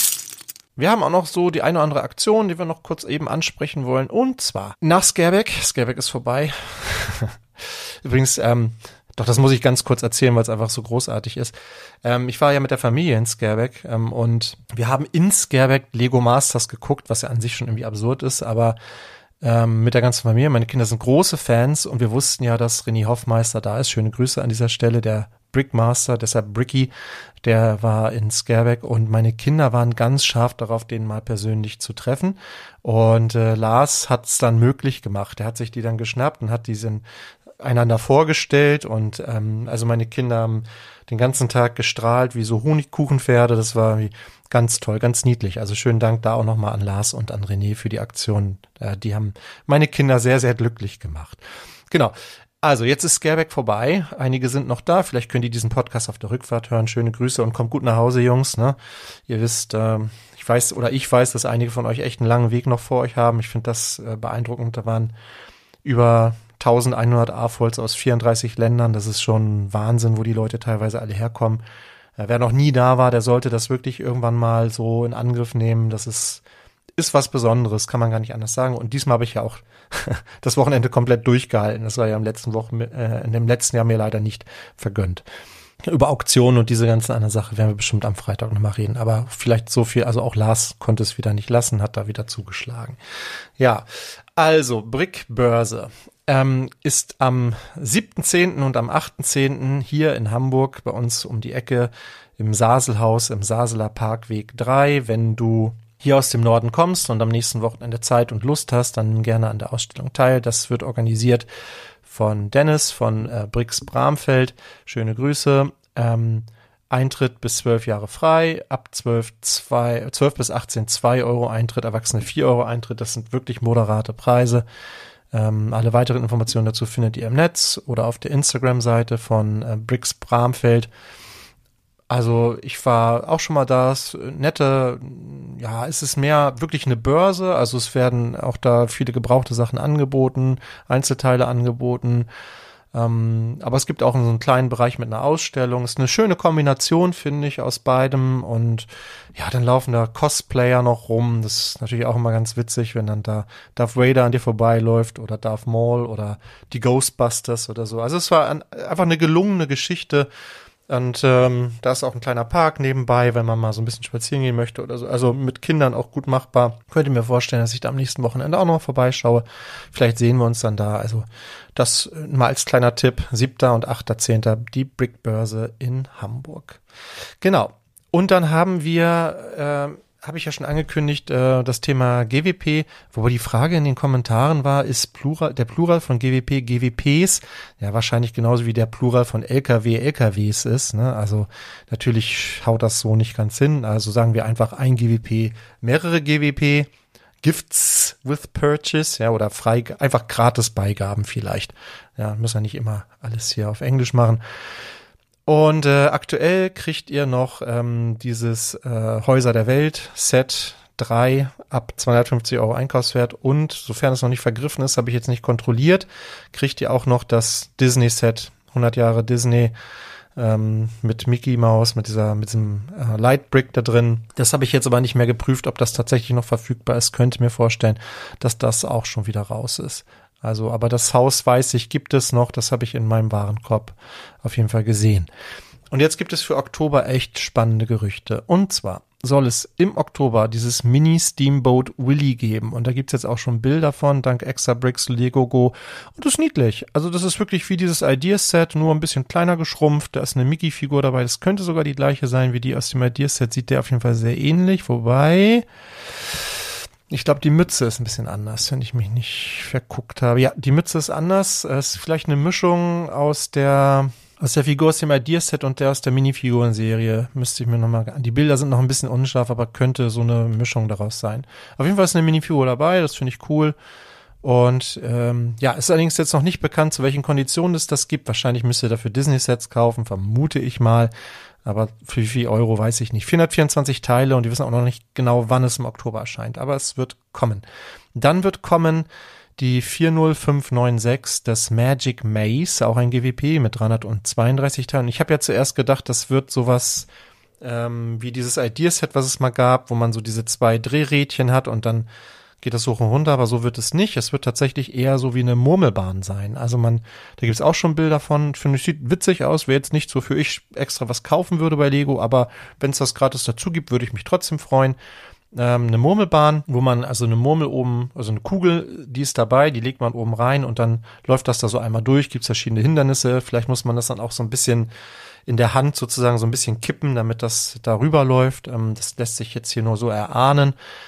Wir haben auch noch so die eine oder andere Aktion, die wir noch kurz eben ansprechen wollen. Und zwar nach Scareback. Scareback ist vorbei. Übrigens, doch das muss ich ganz kurz erzählen, weil es einfach so großartig ist. Ich war ja mit der Familie in Scareback und wir haben in Scareback Lego Masters geguckt, was ja an sich schon irgendwie absurd ist, aber mit der ganzen Familie. Meine Kinder sind große Fans und wir wussten ja, dass René Hoffmeister da ist. Schöne Grüße an dieser Stelle, der Brickmaster, deshalb Bricky, der war in Scareback und meine Kinder waren ganz scharf darauf, den mal persönlich zu treffen. Und Lars hat es dann möglich gemacht. Er hat sich die dann geschnappt und hat die einander vorgestellt und also meine Kinder haben den ganzen Tag gestrahlt wie so Honigkuchenpferde. Das war ganz toll, ganz niedlich. Also schönen Dank da auch nochmal an Lars und an René für die Aktion. Die haben meine Kinder sehr, sehr glücklich gemacht. Genau. Also jetzt ist Scareback vorbei. Einige sind noch da. Vielleicht könnt ihr diesen Podcast auf der Rückfahrt hören. Schöne Grüße und kommt gut nach Hause, Jungs. Ne? Ihr wisst, ich weiß, dass einige von euch echt einen langen Weg noch vor euch haben. Ich finde das beeindruckend. Da waren über 1100 AFOLs aus 34 Ländern. Das ist schon Wahnsinn, wo die Leute teilweise alle herkommen. Wer noch nie da war, der sollte das wirklich irgendwann mal so in Angriff nehmen. Das ist was Besonderes, kann man gar nicht anders sagen. Und diesmal habe ich ja auch das Wochenende komplett durchgehalten. Das war ja in dem letzten Jahr mir leider nicht vergönnt. Über Auktionen und diese ganzen anderen Sachen werden wir bestimmt am Freitag nochmal reden. Aber vielleicht so viel, also auch Lars konnte es wieder nicht lassen, hat da wieder zugeschlagen. Ja, also Brickbörse ist am 7.10. und am 8.10. hier in Hamburg bei uns um die Ecke im Saselhaus, im Saseler Parkweg 3. Wenn du hier aus dem Norden kommst und am nächsten Wochenende Zeit und Lust hast, dann nimm gerne an der Ausstellung teil. Das wird organisiert von Dennis von Brix Bramfeld. Schöne Grüße. Eintritt bis 12 Jahre frei, ab 12 bis 18 2 Euro Eintritt, Erwachsene 4 Euro Eintritt. Das sind wirklich moderate Preise. Alle weiteren Informationen dazu findet ihr im Netz oder auf der Instagram-Seite von Brix Bramfeld. Also ich war auch schon mal da, es ist mehr wirklich eine Börse, also es werden auch da viele gebrauchte Sachen angeboten, Einzelteile angeboten, aber es gibt auch so einen kleinen Bereich mit einer Ausstellung. Es ist eine schöne Kombination, finde ich, aus beidem und ja, dann laufen da Cosplayer noch rum, das ist natürlich auch immer ganz witzig, wenn dann da Darth Vader an dir vorbeiläuft oder Darth Maul oder die Ghostbusters oder so. Also es war einfach eine gelungene Geschichte. Und da ist auch ein kleiner Park nebenbei, wenn man mal so ein bisschen spazieren gehen möchte oder so. Also mit Kindern auch gut machbar. Könnt ihr mir vorstellen, dass ich da am nächsten Wochenende auch noch vorbeischaue. Vielleicht sehen wir uns dann da. Also das mal als kleiner Tipp. 7. und 8.10. die Brickbörse in Hamburg. Genau. Und dann haben wir, habe ich ja schon angekündigt, das Thema GWP, wobei die Frage in den Kommentaren war, ist der Plural von GWP GWPs, ja wahrscheinlich genauso wie der Plural von LKW LKWs ist, ne? Also natürlich haut das so nicht ganz hin, also sagen wir einfach ein GWP, mehrere GWP, Gifts with Purchase, ja, oder frei, einfach Gratis-Beigaben vielleicht, ja, müssen wir nicht immer alles hier auf Englisch machen. Und aktuell kriegt ihr noch dieses Häuser der Welt Set 3 ab 250 Euro Einkaufswert und, sofern es noch nicht vergriffen ist, habe ich jetzt nicht kontrolliert, kriegt ihr auch noch das Disney Set, 100 Jahre Disney mit Mickey Mouse, mit diesem Light Brick da drin. Das habe ich jetzt aber nicht mehr geprüft, ob das tatsächlich noch verfügbar ist. Könnte mir vorstellen, dass das auch schon wieder raus ist. Also, aber das Haus, weiß ich, gibt es noch. Das habe ich in meinem Warenkorb auf jeden Fall gesehen. Und jetzt gibt es für Oktober echt spannende Gerüchte. Und zwar soll es im Oktober dieses Mini-Steamboat Willy geben. Und da gibt's jetzt auch schon Bilder von, dank Extra Bricks, Legogo. Und das ist niedlich. Also das ist wirklich wie dieses Ideas-Set, nur ein bisschen kleiner geschrumpft. Da ist eine Mickey-Figur dabei. Das könnte sogar die gleiche sein wie die aus dem Ideas-Set. Sieht der auf jeden Fall sehr ähnlich. Wobei, ich glaube, die Mütze ist ein bisschen anders, wenn ich mich nicht verguckt habe. Ja, die Mütze ist anders. Es ist vielleicht eine Mischung aus der Figur aus dem Ideas-Set und der aus der Minifiguren-Serie. Müsste ich mir nochmal, die Bilder sind noch ein bisschen unscharf, aber könnte so eine Mischung daraus sein. Auf jeden Fall ist eine Minifigur dabei, das finde ich cool. Und ist allerdings jetzt noch nicht bekannt, zu welchen Konditionen es das gibt. Wahrscheinlich müsst ihr dafür Disney-Sets kaufen, vermute ich mal. Aber für wie viel Euro weiß ich nicht. 424 Teile und die wissen auch noch nicht genau, wann es im Oktober erscheint. Aber es wird kommen. Dann wird kommen die 40596, das Magic Maze, auch ein GWP mit 332 Teilen. Ich habe ja zuerst gedacht, das wird sowas wie dieses Ideas-Set, was es mal gab, wo man so diese 2 Drehrädchen hat und dann geht das hoch und runter, aber so wird es nicht. Es wird tatsächlich eher so wie eine Murmelbahn sein. Also da gibt es auch schon Bilder von, finde ich, sieht witzig aus, wäre jetzt nicht so für ich extra was kaufen würde bei Lego, aber wenn es das gratis dazu gibt, würde ich mich trotzdem freuen. Eine Murmelbahn, wo man also eine Murmel oben, also eine Kugel, die ist dabei, die legt man oben rein und dann läuft das da so einmal durch, gibt es verschiedene Hindernisse, vielleicht muss man das dann auch so ein bisschen in der Hand sozusagen so ein bisschen kippen, damit das da rüberläuft. Das lässt sich jetzt hier nur so erahnen.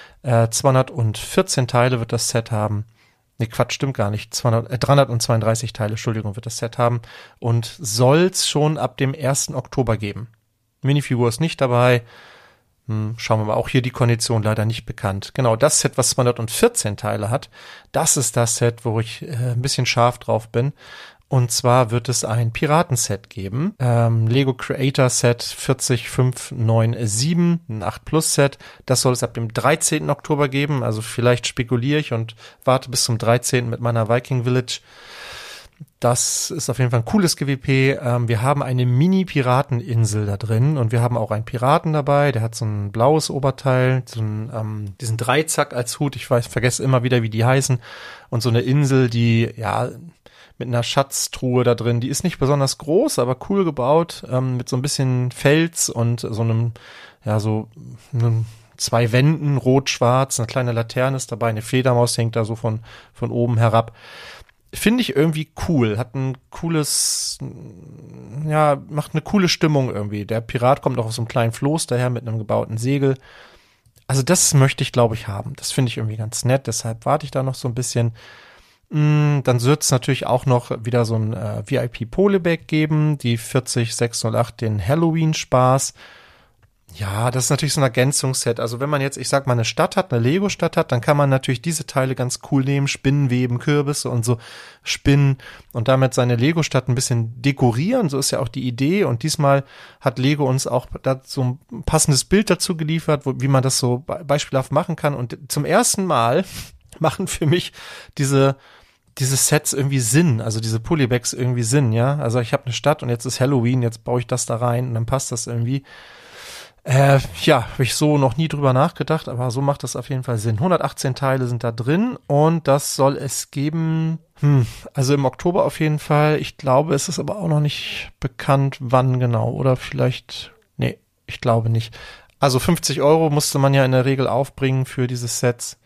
214 Teile wird das Set haben. Nee, Quatsch, stimmt gar nicht. 332 Teile, Entschuldigung, wird das Set haben. Und soll's schon ab dem 1. Oktober geben. Minifigur ist nicht dabei. Schauen wir mal, auch hier die Kondition leider nicht bekannt. Genau, das Set, was 214 Teile hat, das ist das Set, wo ich ein bisschen scharf drauf bin. Und zwar wird es ein Piratenset geben. Lego Creator Set 40597, ein 8+ Set. Das soll es ab dem 13. Oktober geben. Also vielleicht spekuliere ich und warte bis zum 13. mit meiner Viking Village. Das ist auf jeden Fall ein cooles GWP. Wir haben eine Mini-Pirateninsel da drin und wir haben auch einen Piraten dabei. Der hat so ein blaues Oberteil, diesen Dreizack als Hut. Ich vergesse immer wieder, wie die heißen. Und so eine Insel, die, ja, mit einer Schatztruhe da drin. Die ist nicht besonders groß, aber cool gebaut, mit so ein bisschen Fels und so einem 2 Wänden, rot-schwarz, eine kleine Laterne ist dabei, eine Fledermaus hängt da so von oben herab. Finde ich irgendwie cool, hat ein cooles, macht eine coole Stimmung irgendwie. Der Pirat kommt auch aus so einem kleinen Floß daher mit einem gebauten Segel. Also das möchte ich, glaube ich, haben. Das finde ich irgendwie ganz nett, deshalb warte ich da noch so ein bisschen. Dann wird es natürlich auch noch wieder so ein VIP-Polybag geben, die 40608, den Halloween-Spaß. Ja, das ist natürlich so ein Ergänzungsset. Also wenn man jetzt, ich sag mal, eine Stadt hat, eine Lego-Stadt hat, dann kann man natürlich diese Teile ganz cool nehmen, Spinnenweben, Kürbisse und so spinnen und damit seine Lego-Stadt ein bisschen dekorieren. So ist ja auch die Idee. Und diesmal hat Lego uns auch da so ein passendes Bild dazu geliefert, wie man das so beispielhaft machen kann. Und zum ersten Mal machen für mich diese Sets irgendwie Sinn, also diese Polybags irgendwie Sinn, ja. Also ich habe eine Stadt und jetzt ist Halloween, jetzt baue ich das da rein und dann passt das irgendwie. Habe ich so noch nie drüber nachgedacht, aber so macht das auf jeden Fall Sinn. 118 Teile sind da drin und das soll es geben, also im Oktober auf jeden Fall. Ich glaube, es ist aber auch noch nicht bekannt, wann genau. Oder vielleicht, nee, ich glaube nicht. Also 50 € musste man ja in der Regel aufbringen für diese Sets.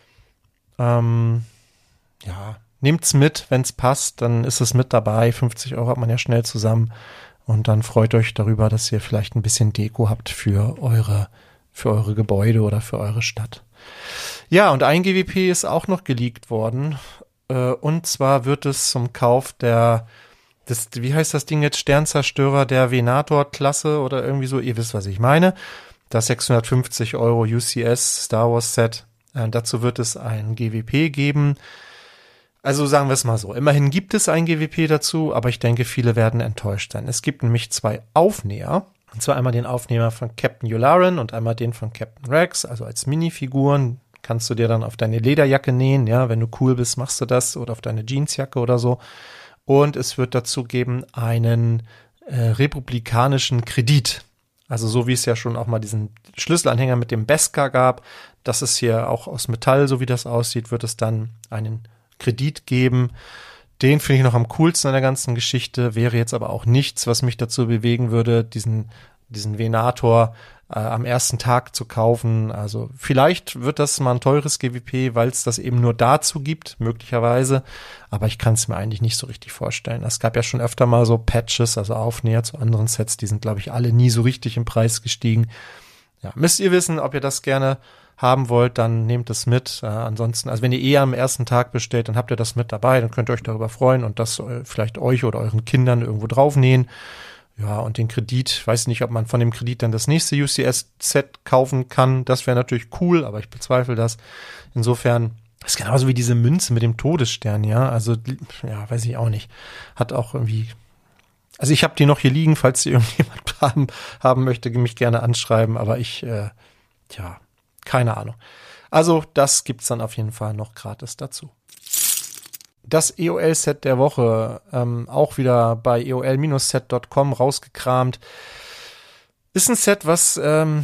Nehmt's mit, wenn's passt, dann ist es mit dabei. 50 € hat man ja schnell zusammen. Und dann freut euch darüber, dass ihr vielleicht ein bisschen Deko habt für eure Gebäude oder für eure Stadt. Ja, und ein GWP ist auch noch geleakt worden. Und zwar wird es zum Kauf wie heißt das Ding jetzt? Sternzerstörer der Venator-Klasse oder irgendwie so. Ihr wisst, was ich meine. Das 650 € UCS Star Wars Set. Dazu wird es ein GWP geben. Also sagen wir es mal so, immerhin gibt es ein GWP dazu, aber ich denke, viele werden enttäuscht sein. Es gibt nämlich 2 Aufnäher, und zwar einmal den Aufnäher von Captain Yularen und einmal den von Captain Rex, also als Minifiguren. Kannst du dir dann auf deine Lederjacke nähen, ja, wenn du cool bist, machst du das, oder auf deine Jeansjacke oder so. Und es wird dazu geben einen republikanischen Kredit. Also so wie es ja schon auch mal diesen Schlüsselanhänger mit dem Beskar gab, das ist hier auch aus Metall, so wie das aussieht, wird es dann einen Kredit geben. Den finde ich noch am coolsten an der ganzen Geschichte, wäre jetzt aber auch nichts, was mich dazu bewegen würde, diesen Venator am ersten Tag zu kaufen. Also vielleicht wird das mal ein teures GWP, weil es das eben nur dazu gibt, möglicherweise. Aber ich kann es mir eigentlich nicht so richtig vorstellen. Es gab ja schon öfter mal so Patches, also Aufnäher zu anderen Sets, die sind, glaube ich, alle nie so richtig im Preis gestiegen. Ja, müsst ihr wissen, ob ihr das gerne haben wollt, dann nehmt es mit. Ansonsten, also wenn ihr am ersten Tag bestellt, dann habt ihr das mit dabei, dann könnt ihr euch darüber freuen und das vielleicht euch oder euren Kindern irgendwo draufnähen. Ja, und den Kredit, weiß nicht, ob man von dem Kredit dann das nächste UCS-Set kaufen kann. Das wäre natürlich cool, aber ich bezweifle das. Insofern, das ist genauso wie diese Münze mit dem Todesstern, ja. Also, ja, weiß ich auch nicht. Hat auch irgendwie, also ich habe die noch hier liegen, falls die irgendjemand haben möchte, mich gerne anschreiben, aber ich, keine Ahnung. Also das gibt's dann auf jeden Fall noch gratis dazu. Das EOL-Set der Woche, auch wieder bei eol-set.com rausgekramt, ist ein Set, was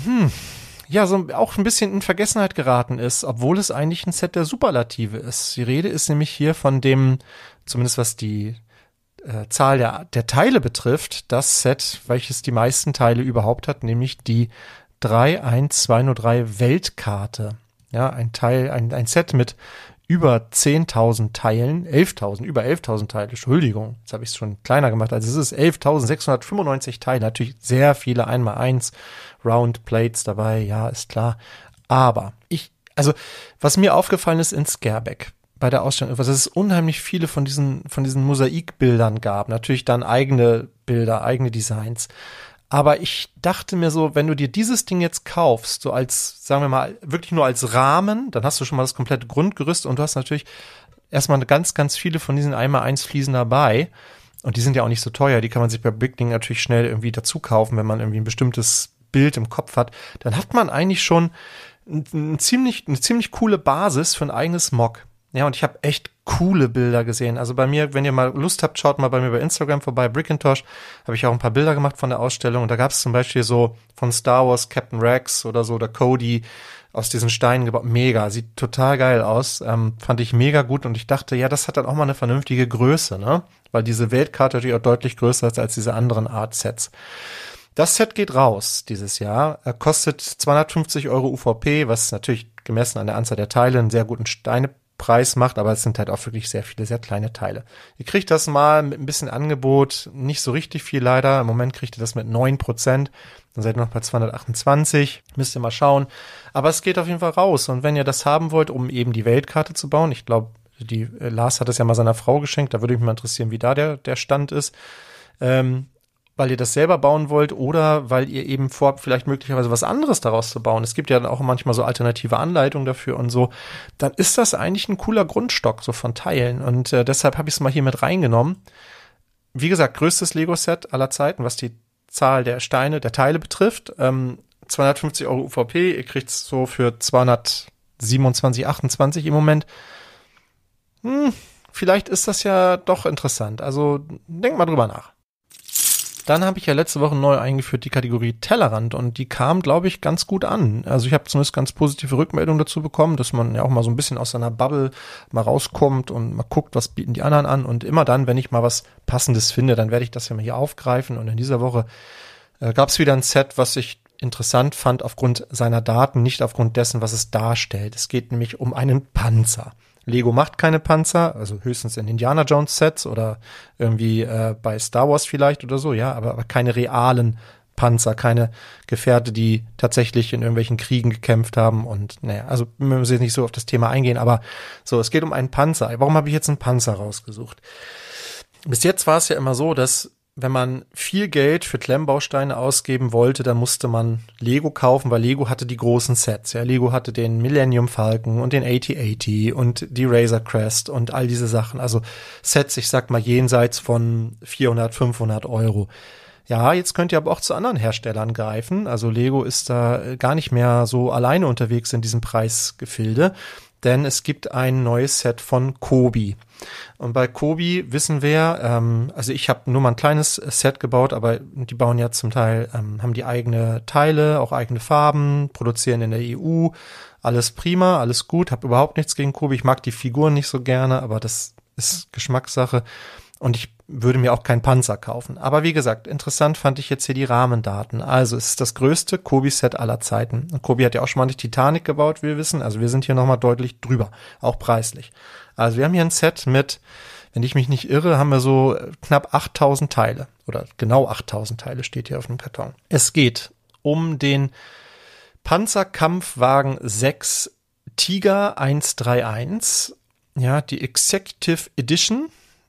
so auch ein bisschen in Vergessenheit geraten ist, obwohl es eigentlich ein Set der Superlative ist. Die Rede ist nämlich hier von dem, zumindest was die Zahl der Teile betrifft, das Set, welches die meisten Teile überhaupt hat, nämlich die 31203 Weltkarte. Ja, ein Set mit über 10.000 Teilen, über 11.000 Teile, Entschuldigung, jetzt habe ich es schon kleiner gemacht, also es ist 11.695 Teile, natürlich sehr viele 1x1 Round Plates dabei, ja, ist klar, aber was mir aufgefallen ist in Scareback bei der Ausstellung, dass es unheimlich viele von diesen Mosaikbildern gab, natürlich dann eigene Bilder, eigene Designs. Aber ich dachte mir so, wenn du dir dieses Ding jetzt kaufst, so als, sagen wir mal, wirklich nur als Rahmen, dann hast du schon mal das komplette Grundgerüst und du hast natürlich erstmal ganz, ganz viele von diesen 1x1 Fliesen dabei. Und die sind ja auch nicht so teuer, die kann man sich bei Bricklink natürlich schnell irgendwie dazu kaufen, wenn man irgendwie ein bestimmtes Bild im Kopf hat. Dann hat man eigentlich schon eine ziemlich coole Basis für ein eigenes Mock. Ja, und ich habe echt coole Bilder gesehen. Also bei mir, wenn ihr mal Lust habt, schaut mal bei mir bei Instagram vorbei, Brickintosh, habe ich auch ein paar Bilder gemacht von der Ausstellung. Und da gab es zum Beispiel so von Star Wars Captain Rex oder so, oder Cody, aus diesen Steinen gebaut. Mega, sieht total geil aus. Fand ich mega gut und ich dachte, ja, das hat dann auch mal eine vernünftige Größe, ne? Weil diese Weltkarte natürlich auch deutlich größer ist als diese anderen Art-Sets. Das Set geht raus dieses Jahr. Kostet 250 € UVP, was natürlich gemessen an der Anzahl der Teile einen sehr guten Steinepreis macht, aber es sind halt auch wirklich sehr viele, sehr kleine Teile. Ihr kriegt das mal mit ein bisschen Angebot, nicht so richtig viel leider. Im Moment kriegt ihr das mit 9%. Dann seid ihr noch bei 228. Müsst ihr mal schauen. Aber es geht auf jeden Fall raus. Und wenn ihr das haben wollt, um eben die Weltkarte zu bauen, ich glaube, Lars hat es ja mal seiner Frau geschenkt, da würde mich mal interessieren, wie da der Stand ist. Weil ihr das selber bauen wollt oder weil ihr eben vorhabt, vielleicht möglicherweise was anderes daraus zu bauen. Es gibt ja dann auch manchmal so alternative Anleitungen dafür und so. Dann ist das eigentlich ein cooler Grundstock so von Teilen und deshalb habe ich es mal hier mit reingenommen. Wie gesagt, größtes Lego-Set aller Zeiten, was die Zahl der Teile betrifft. 250 € UVP, ihr kriegt es so für 227, 28 im Moment. Vielleicht ist das ja doch interessant. Also denkt mal drüber nach. Dann habe ich ja letzte Woche neu eingeführt die Kategorie Tellerrand und die kam, glaube ich, ganz gut an. Also ich habe zumindest ganz positive Rückmeldungen dazu bekommen, dass man ja auch mal so ein bisschen aus seiner Bubble mal rauskommt und mal guckt, was bieten die anderen an. Und immer dann, wenn ich mal was Passendes finde, dann werde ich das ja mal hier aufgreifen. Und in dieser Woche gab es wieder ein Set, was ich interessant fand aufgrund seiner Daten, nicht aufgrund dessen, was es darstellt. Es geht nämlich um einen Panzer. Lego macht keine Panzer, also höchstens in Indiana Jones Sets oder irgendwie bei Star Wars vielleicht oder so, ja, aber keine realen Panzer, keine Gefährte, die tatsächlich in irgendwelchen Kriegen gekämpft haben und naja, also wir müssen jetzt nicht so auf das Thema eingehen, aber so, es geht um einen Panzer. Warum habe ich jetzt einen Panzer rausgesucht? Bis jetzt war es ja immer so, dass wenn man viel Geld für Klemmbausteine ausgeben wollte, dann musste man Lego kaufen, weil Lego hatte die großen Sets. Ja, Lego hatte den Millennium Falcon und den AT-AT und die Razor Crest und all diese Sachen. Also Sets, ich sag mal, jenseits von 400, 500 €. Ja, jetzt könnt ihr aber auch zu anderen Herstellern greifen. Also Lego ist da gar nicht mehr so alleine unterwegs in diesem Preisgefilde, denn es gibt ein neues Set von Kobi. Und bei Kobi wissen wir, also ich habe nur mal ein kleines Set gebaut, aber die bauen ja zum Teil, haben die eigene Teile, auch eigene Farben, produzieren in der EU, alles prima, alles gut, habe überhaupt nichts gegen Kobi, ich mag die Figuren nicht so gerne, aber das ist Geschmackssache und ich würde mir auch keinen Panzer kaufen. Aber wie gesagt, interessant fand ich jetzt hier die Rahmendaten. Also es ist das größte Kobi-Set aller Zeiten. Und Kobi hat ja auch schon mal die Titanic gebaut, wie wir wissen. Also wir sind hier nochmal deutlich drüber, auch preislich. Also wir haben hier ein Set mit, wenn ich mich nicht irre, haben wir so knapp 8000 Teile. Oder genau 8000 Teile steht hier auf dem Karton. Es geht um den Panzerkampfwagen 6 Tiger 131. Ja, die Executive Edition.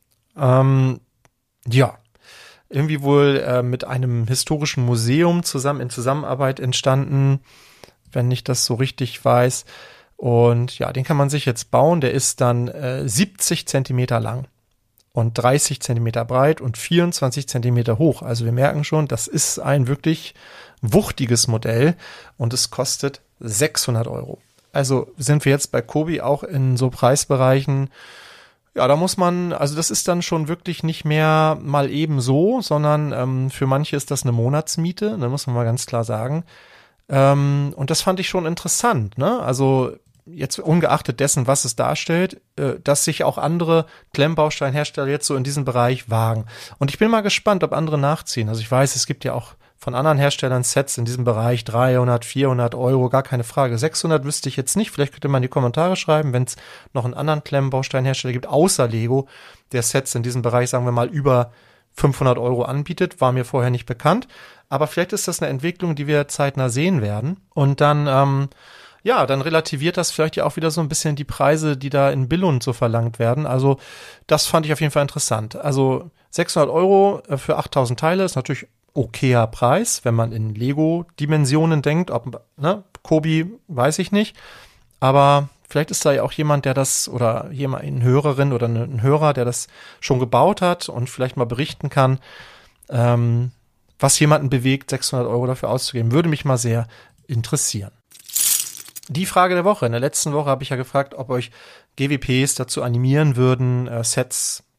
Ja, irgendwie wohl mit einem historischen Museum in Zusammenarbeit entstanden, wenn ich das so richtig weiß. Und ja, den kann man sich jetzt bauen. Der ist dann 70 Zentimeter lang und 30 Zentimeter breit und 24 Zentimeter hoch. Also wir merken schon, das ist ein wirklich wuchtiges Modell und es kostet 600 €. Also sind wir jetzt bei Kobi auch in so Preisbereichen. Ja, da muss man, also das ist dann schon wirklich nicht mehr mal eben so, sondern für manche ist das eine Monatsmiete, da muss man mal ganz klar sagen. Und das fand ich schon interessant, ne? Also jetzt ungeachtet dessen, was es darstellt, dass sich auch andere Klemmbausteinhersteller jetzt so in diesem Bereich wagen. Und ich bin mal gespannt, ob andere nachziehen. Also ich weiß, es gibt ja auch von anderen Herstellern Sets in diesem Bereich 300, 400 €, gar keine Frage. 600 wüsste ich jetzt nicht. Vielleicht könnt ihr mal in die Kommentare schreiben, wenn es noch einen anderen Klemmbausteinhersteller gibt, außer Lego, der Sets in diesem Bereich, sagen wir mal, über 500 € anbietet. War mir vorher nicht bekannt. Aber vielleicht ist das eine Entwicklung, die wir zeitnah sehen werden. Und dann, ja, dann relativiert das vielleicht ja auch wieder so ein bisschen die Preise, die da in Billund so verlangt werden. Also das fand ich auf jeden Fall interessant. Also 600 € für 8000 Teile ist natürlich okayer Preis, wenn man in Lego-Dimensionen denkt. Ob, ne, Kobi, weiß ich nicht. Aber vielleicht ist da ja auch jemand, der das, oder jemand, eine Hörerin oder ein Hörer, der das schon gebaut hat und vielleicht mal berichten kann, was jemanden bewegt, 600 € dafür auszugeben. Würde mich mal sehr interessieren. Die Frage der Woche. In der letzten Woche habe ich ja gefragt, ob euch GWPs dazu animieren würden, Sets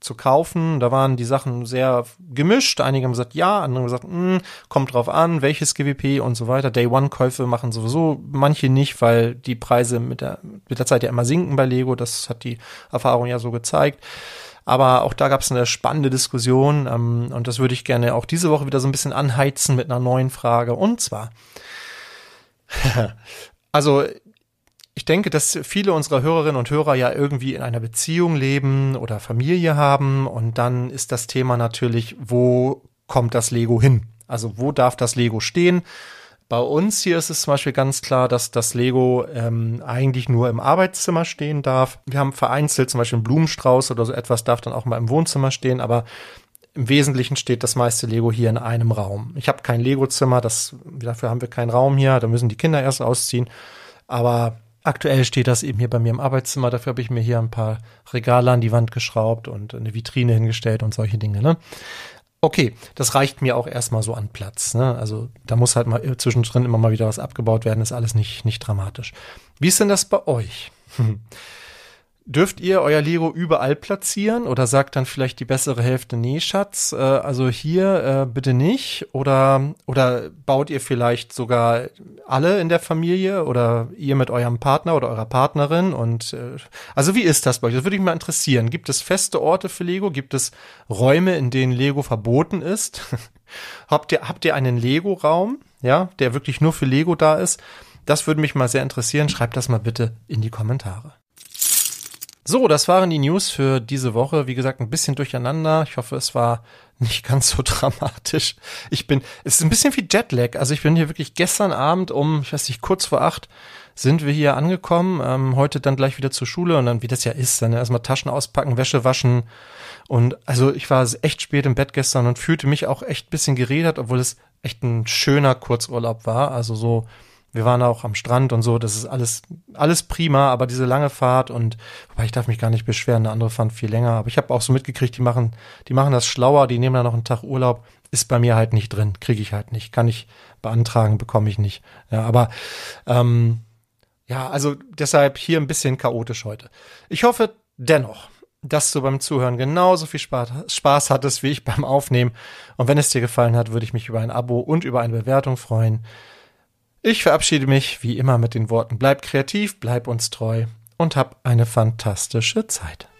zu kaufen. Da waren die Sachen sehr gemischt. Einige haben gesagt, ja, andere haben gesagt, kommt drauf an, welches GWP und so weiter. Day-One-Käufe machen sowieso manche nicht, weil die Preise mit der Zeit ja immer sinken bei Lego. Das hat die Erfahrung ja so gezeigt. Aber auch da gab es eine spannende Diskussion und das würde ich gerne auch diese Woche wieder so ein bisschen anheizen mit einer neuen Frage. Und zwar, also ich denke, dass viele unserer Hörerinnen und Hörer ja irgendwie in einer Beziehung leben oder Familie haben und dann ist das Thema natürlich, wo kommt das Lego hin? Also wo darf das Lego stehen? Bei uns hier ist es zum Beispiel ganz klar, dass das Lego eigentlich nur im Arbeitszimmer stehen darf. Wir haben vereinzelt zum Beispiel einen Blumenstrauß oder so etwas, darf dann auch mal im Wohnzimmer stehen, aber im Wesentlichen steht das meiste Lego hier in einem Raum. Ich habe kein Lego-Zimmer, dafür haben wir keinen Raum hier, da müssen die Kinder erst ausziehen, aber aktuell steht das eben hier bei mir im Arbeitszimmer. Dafür habe ich mir hier ein paar Regale an die Wand geschraubt und eine Vitrine hingestellt und solche Dinge, ne? Okay, das reicht mir auch erstmal so an Platz, ne? Also da muss halt mal zwischendrin immer mal wieder was abgebaut werden, ist alles nicht dramatisch. Wie ist denn das bei euch? Dürft ihr euer Lego überall platzieren oder sagt dann vielleicht die bessere Hälfte, nee, Schatz, also hier bitte nicht? Oder baut ihr vielleicht sogar alle in der Familie oder ihr mit eurem Partner oder eurer Partnerin? Und also wie ist das bei euch? Das würde mich mal interessieren. Gibt es feste Orte für Lego? Gibt es Räume, in denen Lego verboten ist? Habt ihr einen Lego-Raum, ja, der wirklich nur für Lego da ist? Das würde mich mal sehr interessieren. Schreibt das mal bitte in die Kommentare. So, das waren die News für diese Woche. Wie gesagt, ein bisschen durcheinander. Ich hoffe, es war nicht ganz so dramatisch. Es ist ein bisschen wie Jetlag. Also ich bin hier wirklich gestern Abend kurz vor 8 sind wir hier angekommen. Heute dann gleich wieder zur Schule und dann, wie das ja ist, dann erstmal Taschen auspacken, Wäsche waschen. Und also ich war echt spät im Bett gestern und fühlte mich auch echt ein bisschen gerädert, obwohl es echt ein schöner Kurzurlaub war. Also so, wir waren auch am Strand und so, das ist alles prima, aber diese lange Fahrt wobei ich darf mich gar nicht beschweren, eine andere fand viel länger, aber ich habe auch so mitgekriegt, die machen das schlauer, die nehmen da noch einen Tag Urlaub, ist bei mir halt nicht drin, kriege ich halt nicht, kann ich beantragen, bekomme ich nicht. Ja, aber also deshalb hier ein bisschen chaotisch heute. Ich hoffe dennoch, dass du beim Zuhören genauso viel Spaß hattest wie ich beim Aufnehmen und wenn es dir gefallen hat, würde ich mich über ein Abo und über eine Bewertung freuen. Ich verabschiede mich wie immer mit den Worten: Bleib kreativ, bleib uns treu und hab eine fantastische Zeit.